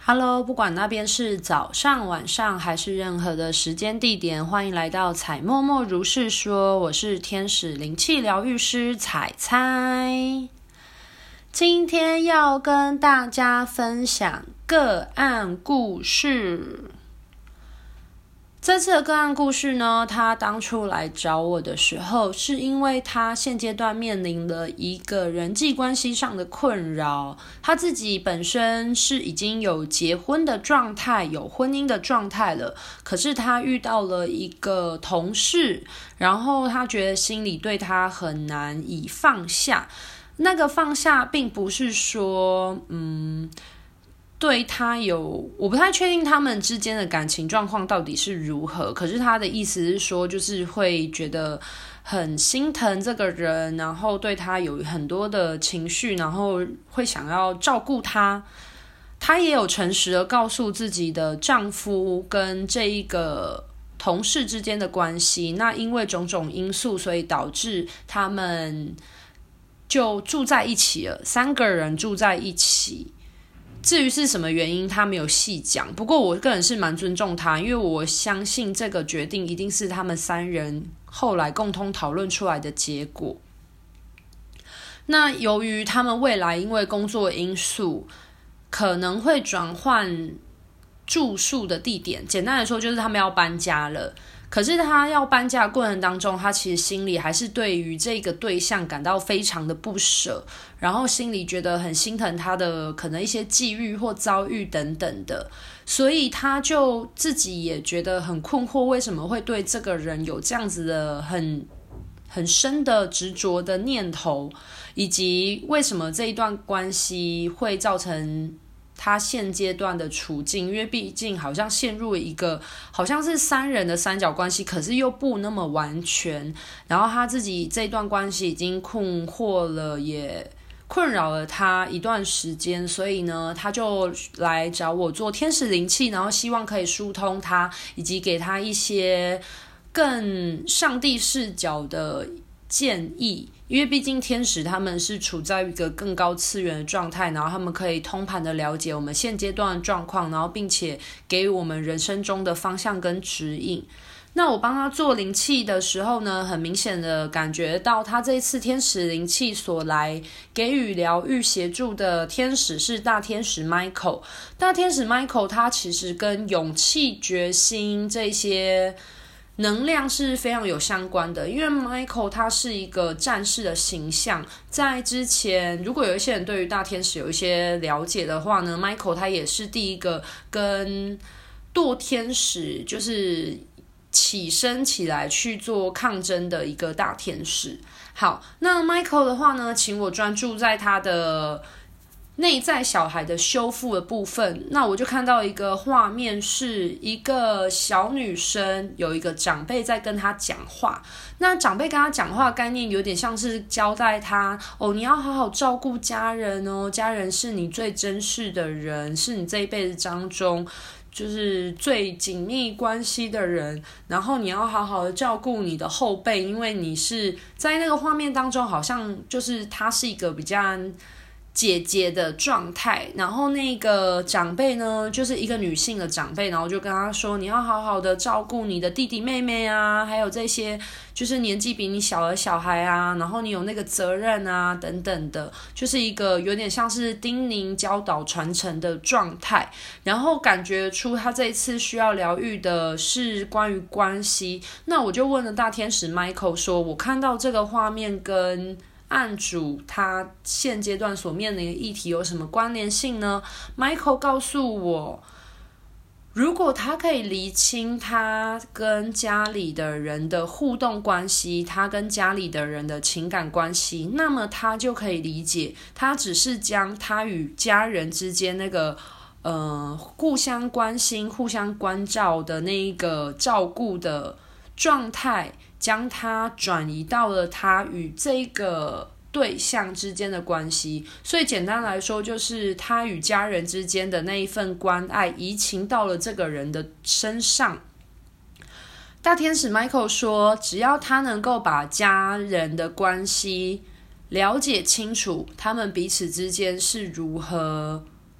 Hello， 不管那边是早上、晚上还是任何的时间地点，欢迎来到彩默默如是说，我是天使灵气疗愈师彩彩。今天要跟大家分享个案故事。这次的个案故事呢，他当初来找我的时候，是因为他现阶段面临了一个人际关系上的困扰。他自己本身是已经有结婚的状态，有婚姻的状态了，可是他遇到了一个同事，然后他觉得心里对他很难以放下。那个放下并不是说对他有，我不太确定他们之间的感情状况到底是如何，可是他的意思是说，就是会觉得很心疼这个人，然后对他有很多的情绪，然后会想要照顾他。他也有诚实的告诉自己的丈夫跟这一个同事之间的关系，那因为种种因素，所以导致他们就住在一起了，3个人住在一起。至于是什么原因，他没有细讲。不过我个人是蛮尊重他，因为我相信这个决定一定是他们3人后来共同讨论出来的结果。那由于他们未来因为工作因素可能会转换住宿的地点，简单来说就是他们要搬家了。可是他要搬家的过程当中，他其实心里还是对于这个对象感到非常的不舍，然后心里觉得很心疼他的可能一些际遇或遭遇等等的，所以他就自己也觉得很困惑，为什么会对这个人有这样子的很深的执着的念头，以及为什么这一段关系会造成他现阶段的处境，因为毕竟好像陷入一个好像是3人的三角关系，可是又不那么完全，然后他自己这段关系已经困惑了，也困扰了他一段时间，所以呢他就来找我做天使灵气，然后希望可以疏通他，以及给他一些更上帝视角的建议。因为毕竟天使他们是处在一个更高次元的状态，然后他们可以通盘的了解我们现阶段的状况，然后并且给予我们人生中的方向跟指引。那我帮他做灵气的时候呢，很明显的感觉到他这一次天使灵气所来给予疗愈协助的天使是大天使 Michael。 大天使 Michael 他其实跟勇气、决心这些能量是非常有相关的，因为 Michael 他是一个战士的形象。在之前如果有一些人对于大天使有一些了解的话呢， Michael 他也是第一个跟堕天使就是起身起来去做抗争的一个大天使。好，那 Michael 的话呢，请我专注在他的内在小孩的修复的部分。那我就看到一个画面，是一个小女生，有一个长辈在跟她讲话。那长辈跟她讲话的概念有点像是交代她你要好好照顾家人哦，家人是你最珍视的人，是你这一辈子当中就是最紧密关系的人，然后你要好好的照顾你的后辈，因为你是在那个画面当中好像就是她是一个比较姐姐的状态。然后那个长辈呢，就是一个女性的长辈，然后就跟她说，你要好好的照顾你的弟弟妹妹啊，还有这些就是年纪比你小的小孩啊，然后你有那个责任啊等等的，就是一个有点像是叮咛教导传承的状态。然后感觉出他这一次需要疗愈的是关于关系。那我就问了大天使 Michael 说，我看到这个画面跟案主他现阶段所面临的议题有什么关联性呢？ Michael 告诉我，如果他可以厘清他跟家里的人的互动关系，他跟家里的人的情感关系，那么他就可以理解，他只是将他与家人之间那个互相关心、互相关照的那一个照顾的状态，将它转移到了他与这个对象之间的关系。所以简单来说，就是他与家人之间的那一份关爱移情到了这个人的身上。大天使 Michael 说，只要他能够把家人的关系了解清楚，他们彼此之间是如何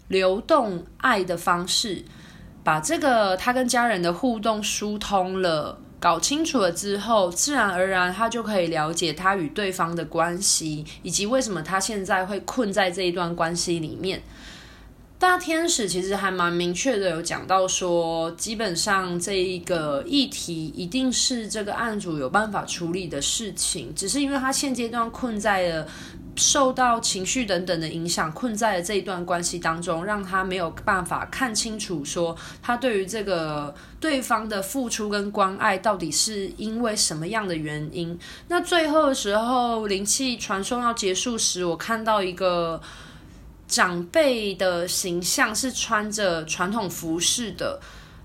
流动爱的方式，把这个他跟家人的互动疏通了，搞清楚了之后，自然而然他就可以了解他与对方的关系，以及为什么他现在会困在这一段关系里面。大天使其实还蛮明确的有讲到说，基本上这一个议题一定是这个案主有办法处理的事情，只是因为他现阶段困在了受到情绪等等的影响，困在了这一段关系当中，让他没有办法看清楚说他对于这个对方的付出跟关爱到底是因为什么样的原因。那最后的时候，灵气传送要结束时，我看到一个长辈的形象是穿着传统服饰的。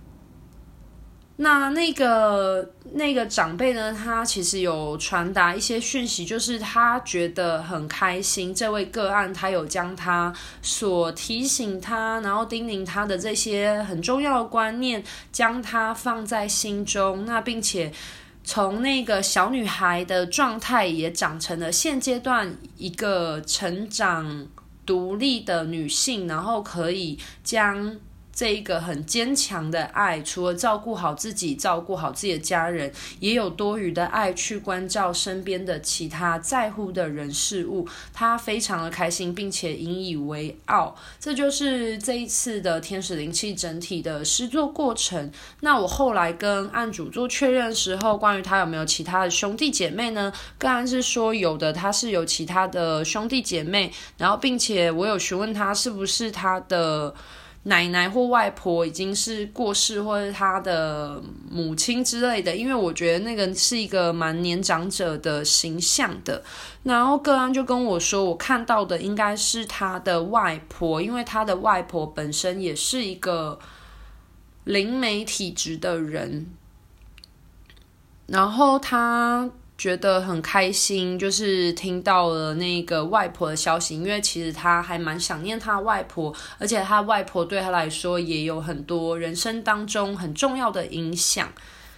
那个长辈呢，他其实有传达一些讯息，就是他觉得很开心，这位个案他有将他所提醒他然后叮咛他的这些很重要的观念将他放在心中，那并且从那个小女孩的状态也长成了现阶段一个成长独立的女性，然后可以将这一个很坚强的爱，除了照顾好自己，照顾好自己的家人，也有多余的爱去关照身边的其他在乎的人事物，他非常的开心，并且引以为傲。这就是这一次的天使灵气整体的施作过程。那我后来跟案主做确认的时候，关于他有没有其他的兄弟姐妹呢，个案是说有的，他是有其他的兄弟姐妹，然后并且我有询问他是不是他的奶奶或外婆已经是过世，或者他的母亲之类的，因为我觉得那个是一个蛮年长者的形象的。然后个案就跟我说，我看到的应该是他的外婆，因为他的外婆本身也是一个灵媒体质的人，然后他觉得很开心，就是听到了那个外婆的消息，因为其实他还蛮想念他外婆，而且他外婆对他来说也有很多人生当中很重要的影响。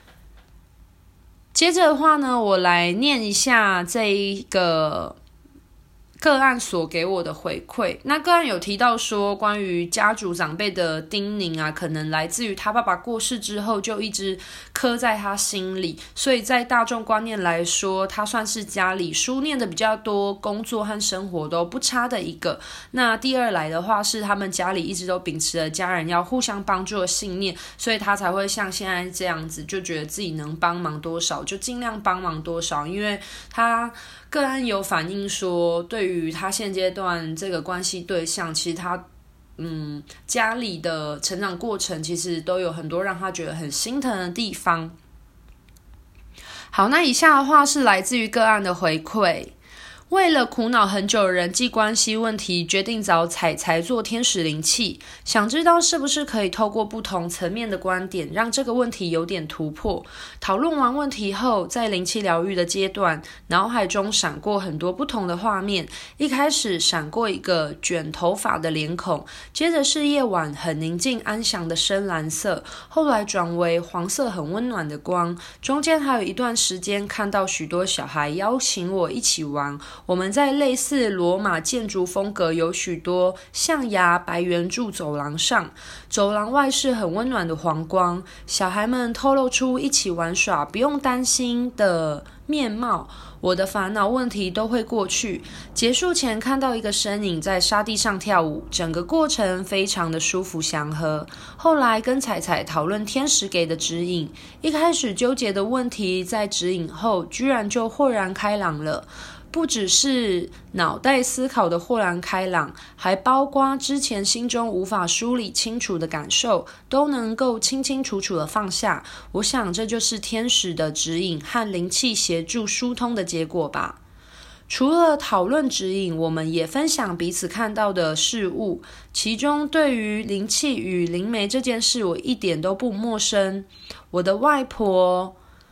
接着的话呢，我来念一下这一个个案所给我的回馈。那个案有提到说，关于家族长辈的叮咛啊，可能来自于他爸爸过世之后就一直刻在他心里，所以在大众观念来说，他算是家里书念的比较多，工作和生活都不差的一个。那第二来的话是他们家里一直都秉持了家人要互相帮助的信念，所以他才会像现在这样子，就觉得自己能帮忙多少就尽量帮忙多少。因为他个案有反映说，对于他现阶段这个关系对象，其实他家里的成长过程其实都有很多让他觉得很心疼的地方。好，那以下的话是来自于个案的回馈。为了苦恼很久的人际关系问题，决定找彩彩做天使灵气，想知道是不是可以透过不同层面的观点，让这个问题有点突破。讨论完问题后，在灵气疗愈的阶段，脑海中闪过很多不同的画面。一开始闪过一个卷头发的脸孔，接着是夜晚很宁静安详的深蓝色，后来转为黄色很温暖的光。中间还有一段时间看到许多小孩邀请我一起玩，我们在类似罗马建筑风格有许多象牙白圆柱走廊上，走廊外是很温暖的黄光，小孩们透露出一起玩耍不用担心的面貌，我的烦恼问题都会过去。结束前看到一个身影在沙地上跳舞，整个过程非常的舒服祥和。后来跟彩彩讨论天使给的指引，一开始纠结的问题在指引后居然就豁然开朗了。不只是脑袋思考的豁然开朗，还包括之前心中无法梳理清楚的感受，都能够清清楚楚的放下。我想这就是天使的指引和灵气协助疏通的结果吧。除了讨论指引，我们也分享彼此看到的事物，其中对于灵气与灵媒这件事，我一点都不陌生。我的外婆、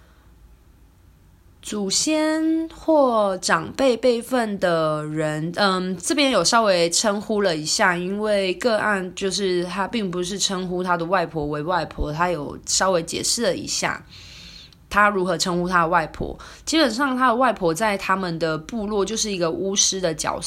祖先或长辈辈分的人，这边有稍微称呼了一下，因为个案就是他并不是称呼他的外婆为外婆，他有稍微解释了一下他如何称呼他的外婆。基本上他的外婆在他们的部落就是一个巫师的角色，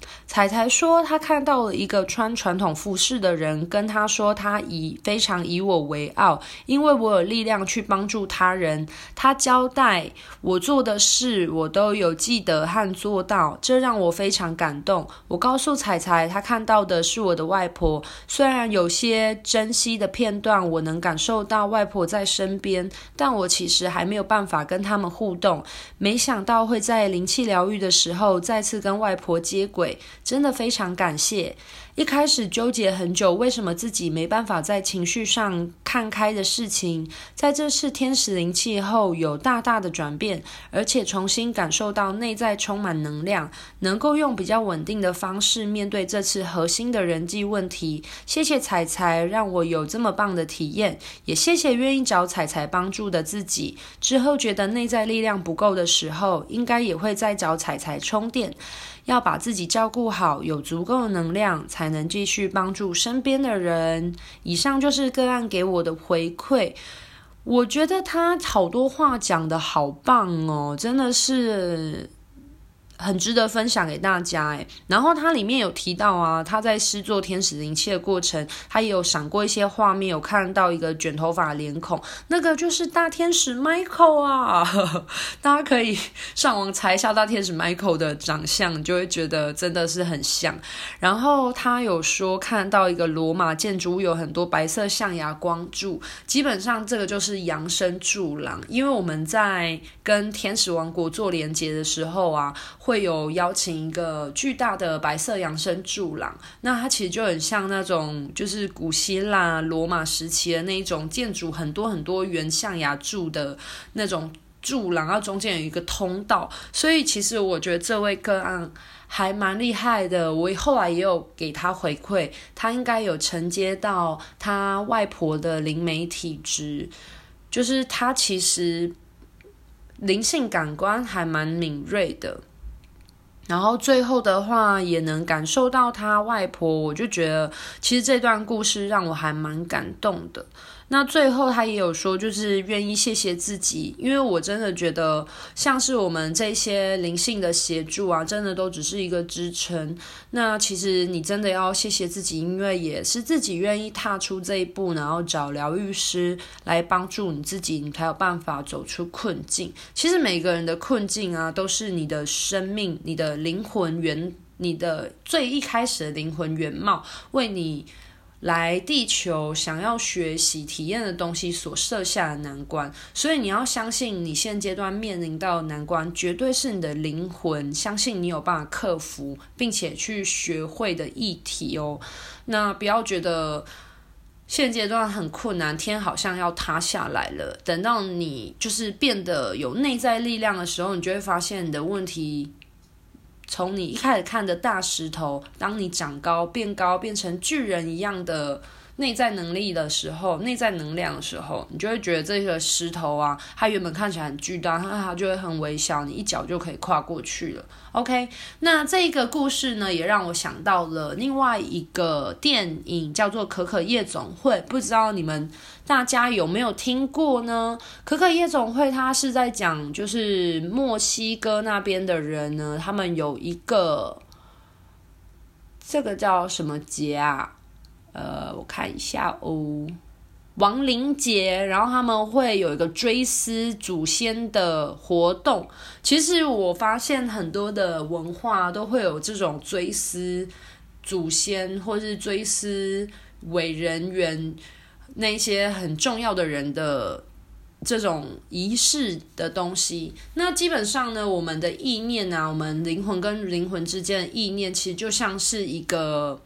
彩彩说她看到了一个穿传统服饰的人，跟她说她非常以我为傲，因为我有力量去帮助他人。她交代我做的事我都有记得和做到，这让我非常感动。我告诉彩彩她看到的是我的外婆，虽然有些珍惜的片段我能感受到外婆在身边，但我其实还没有办法跟他们互动。没想到会在灵气疗愈的时候再次跟外婆接轨，真的非常感谢。一开始纠结很久，为什么自己没办法在情绪上看开的事情，在这次天使灵气后有大大的转变，而且重新感受到内在充满能量，能够用比较稳定的方式面对这次核心的人际问题。谢谢彩彩让我有这么棒的体验，也谢谢愿意找彩彩帮助的自己。之后觉得内在力量不够的时候，应该也会再找彩彩充电。要把自己照顾好，有足够的能量，才能继续帮助身边的人。以上就是个案给我的回馈。我觉得他好多话讲得好棒哦，真的是很值得分享给大家诶。然后它里面有提到啊，他在施作天使灵气的过程，他也有闪过一些画面，有看到一个卷头发的脸孔，那个就是大天使 Michael 啊大家可以上网查一下大天使 Michael 的长相，就会觉得真的是很像。然后他有说看到一个罗马建筑物有很多白色象牙光柱，基本上这个就是扬升柱廊。因为我们在跟天使王国做连结的时候啊，会有邀请一个巨大的白色扬升柱廊，那它其实就很像那种就是古希腊罗马时期的那种建筑，很多很多圆象牙柱的那种柱廊，然后中间有一个通道。所以其实我觉得这位个案还蛮厉害的，我后来也有给他回馈，他应该有承接到他外婆的灵媒体质，就是他其实灵性感官还蛮敏锐的。然后最后的话也能感受到他外婆，我就觉得其实这段故事让我还蛮感动的。那最后他也有说就是愿意谢谢自己，因为我真的觉得像是我们这些灵性的协助啊，真的都只是一个支撑。那其实你真的要谢谢自己，因为也是自己愿意踏出这一步，然后找疗愈师来帮助你自己，你才有办法走出困境。其实每个人的困境啊，都是你的生命，你的灵魂你的最一开始的灵魂原貌，为你来地球想要学习体验的东西所设下的难关。所以你要相信你现阶段面临到的难关绝对是你的灵魂相信你有办法克服并且去学会的议题哦。那不要觉得现阶段很困难，天好像要塌下来了，等到你就是变得有内在力量的时候，你就会发现你的问题从你一开始看的大石头，当你长高变高变成巨人一样的内在能力的时候，内在能量的时候，你就会觉得这个石头啊，它原本看起来很巨大，它就会很微小，你一脚就可以跨过去了。 OK， 那这个故事呢也让我想到了另外一个电影，叫做可可夜总会，不知道你们大家有没有听过呢？可可夜总会它是在讲就是墨西哥那边的人呢，他们有一个这个叫什么节啊，我看一下哦，亡灵节，然后他们会有一个追思祖先的活动。其实我发现很多的文化都会有这种追思祖先或是追思伟人员那些很重要的人的这种仪式的东西。那基本上呢，我们的意念啊，我们灵魂跟灵魂之间的意念其实就像是一个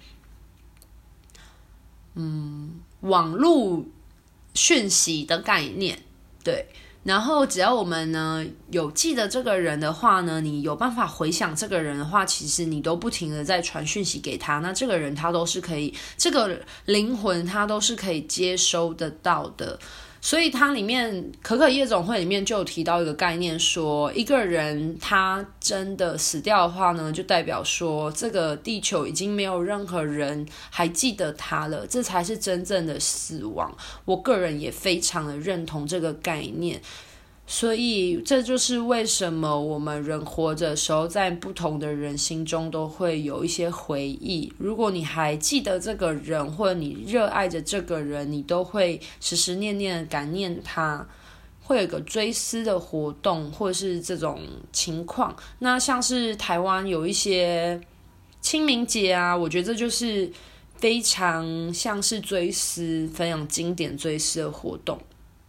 网络讯息的概念，对。然后只要我们呢有记得这个人的话呢，你有办法回想这个人的话，其实你都不停的在传讯息给他，那这个人他都是可以，这个灵魂他都是可以接收得到的。所以它里面可可夜总会里面就有提到一个概念，说一个人他真的死掉的话呢，就代表说这个地球已经没有任何人还记得他了，这才是真正的死亡。我个人也非常的认同这个概念。 所以这就是为什么我们人活着的时候，在不同的人心中都会有一些回忆。如果你还记得这个人，或者你热爱着这个人，你都会时时念念感念他，会有一个追思的活动，或者是这种情况。那像是台湾有一些清明节啊，我觉得这就是非常像是追思，非常经典追思的活动。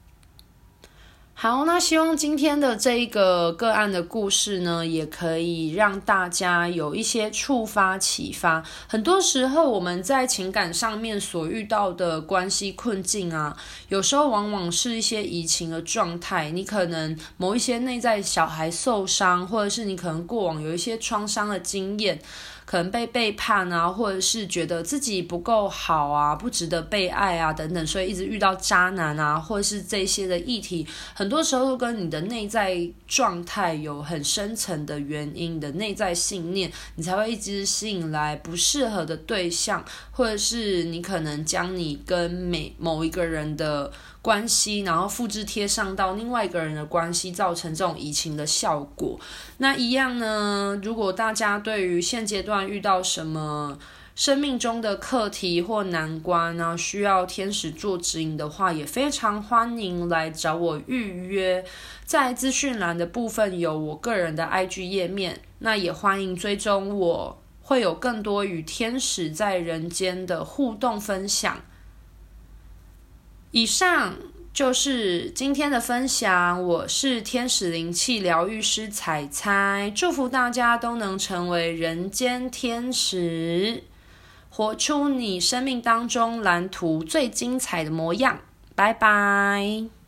好，那希望今天的这一个个案的故事呢，也可以让大家有一些触发启发。很多时候我们在情感上面所遇到的关系困境啊，有时候往往是一些移情的状态。你可能某一些内在小孩受伤，或者是你可能过往有一些创伤的经验，可能被背叛啊，或者是觉得自己不够好啊，不值得被爱啊等等，所以一直遇到渣男啊，或者是这些的议题，很多时候都跟你的内在状态有很深层的原因，你的内在信念，你才会一直吸引来不适合的对象，或者是你可能将你跟某一个人的关系，然后复制贴上到另外一个人的关系，造成这种移情的效果。那一样呢，如果大家对于现阶段遇到什么生命中的课题或难关啊，需要天使做指引的话，也非常欢迎来找我预约。在资讯栏的部分有我个人的 IG 页面，那也欢迎追踪我，会有更多与天使在人间的互动分享。以上就是今天的分享，我是天使灵气疗愈师彩彩，祝福大家都能成为人间天使，活出你生命当中蓝图最精彩的模样。拜拜。